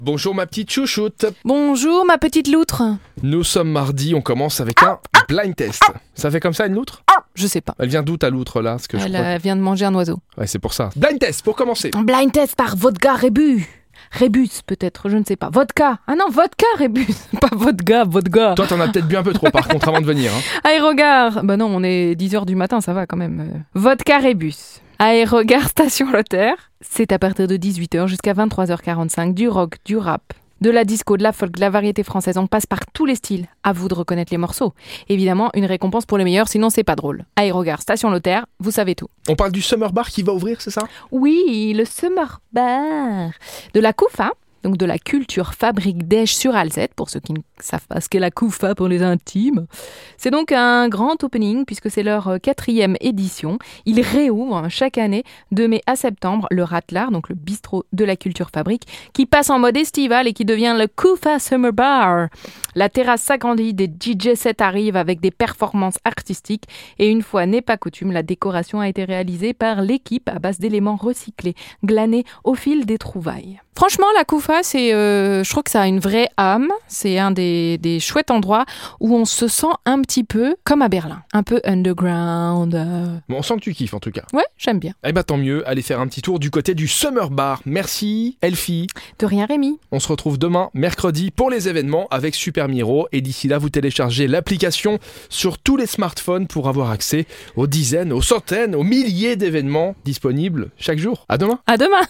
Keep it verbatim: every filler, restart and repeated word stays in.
Bonjour ma petite chouchoute. Bonjour ma petite loutre. Nous sommes mardi, on commence avec un blind test. Ça fait comme ça une loutre ? Je sais pas. Elle vient d'où ta loutre là ? Parce que je Elle crois euh, vient de manger un oiseau. que- Ouais, c'est pour ça. Blind test pour commencer. Blind test par vodka rébus. Rébus peut-être, je ne sais pas. Vodka. Ah non, vodka rébus. Pas vodka, vodka. Toi t'en as peut-être bu un peu trop par contre avant de venir. Hein. Aérogare. Bah non, on est dix heures du matin, ça va quand même. Euh, Vodka rébus. Aérogare Station Lothaire. C'est à partir de dix-huit heures jusqu'à vingt-trois heures quarante-cinq. Du rock, du rap, de la disco, de la folk, de la variété française. On passe par tous les styles. À vous de reconnaître les morceaux. Évidemment, une récompense pour les meilleurs, sinon c'est pas drôle. Aérogare Station Lothaire, vous savez tout. On parle du Summer Bar qui va ouvrir, c'est ça ? Oui, le Summer Bar. De la Koufa, donc de la culture fabrique d'Esch sur Alzette, pour ceux qui ne savent pas ce qu'est la Koufa pour les intimes. C'est donc un grand opening, puisque c'est leur euh, quatrième édition. Ils réouvrent chaque année, de mai à septembre, le Rattlar, donc le bistrot de la culture fabrique, qui passe en mode estival et qui devient le Koufa Summer Bar. La terrasse s'agrandit, des D J sets arrivent avec des performances artistiques, et une fois n'est pas coutume, la décoration a été réalisée par l'équipe à base d'éléments recyclés, glanés au fil des trouvailles. Franchement, la Koufa, c'est, euh, je trouve que ça a une vraie âme. C'est un des, des chouettes endroits où on se sent un petit peu comme à Berlin. Un peu underground. euh. Bon, on sent que tu kiffes en tout cas. Ouais, j'aime bien. Eh bah tant mieux, allez faire un petit tour du côté du Summer Bar. Merci Elfie. De rien, Rémi. On se retrouve demain, mercredi, pour les événements avec Super Miro. Et d'ici là, vous téléchargez l'application sur tous les smartphones pour avoir accès aux dizaines, aux centaines, aux milliers d'événements disponibles chaque jour. À demain. À demain.